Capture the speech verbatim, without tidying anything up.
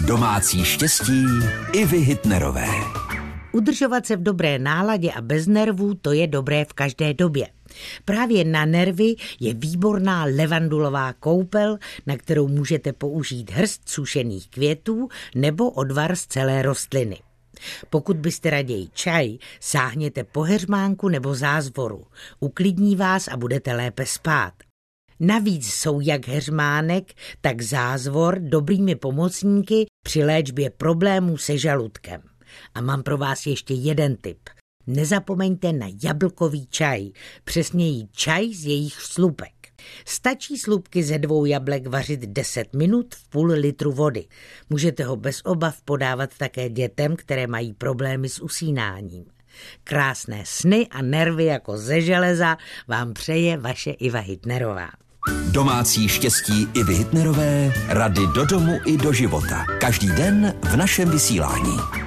Domácí štěstí Ivy Hitnerové. Udržovat se v dobré náladě a bez nervů, to je dobré v každé době. Právě na nervy je výborná levandulová koupel, na kterou můžete použít hrst sušených květů nebo odvar z celé rostliny. Pokud byste raději čaj, sáhněte po heřmánku nebo zázvoru. Uklidní vás a budete lépe spát. Navíc jsou jak heřmánek, tak zázvor dobrými pomocníky při léčbě problémů se žaludkem. A mám pro vás ještě jeden tip. Nezapomeňte na jablkový čaj, přesněji čaj z jejich slupek. Stačí slupky ze dvou jablek vařit deset minut v půl litru vody. Můžete ho bez obav podávat také dětem, které mají problémy s usínáním. Krásné sny a nervy jako ze železa vám přeje vaše Iva Hitnerová. Domácí štěstí Ivy Hitnerové, rady do domu i do života. Každý den v našem vysílání.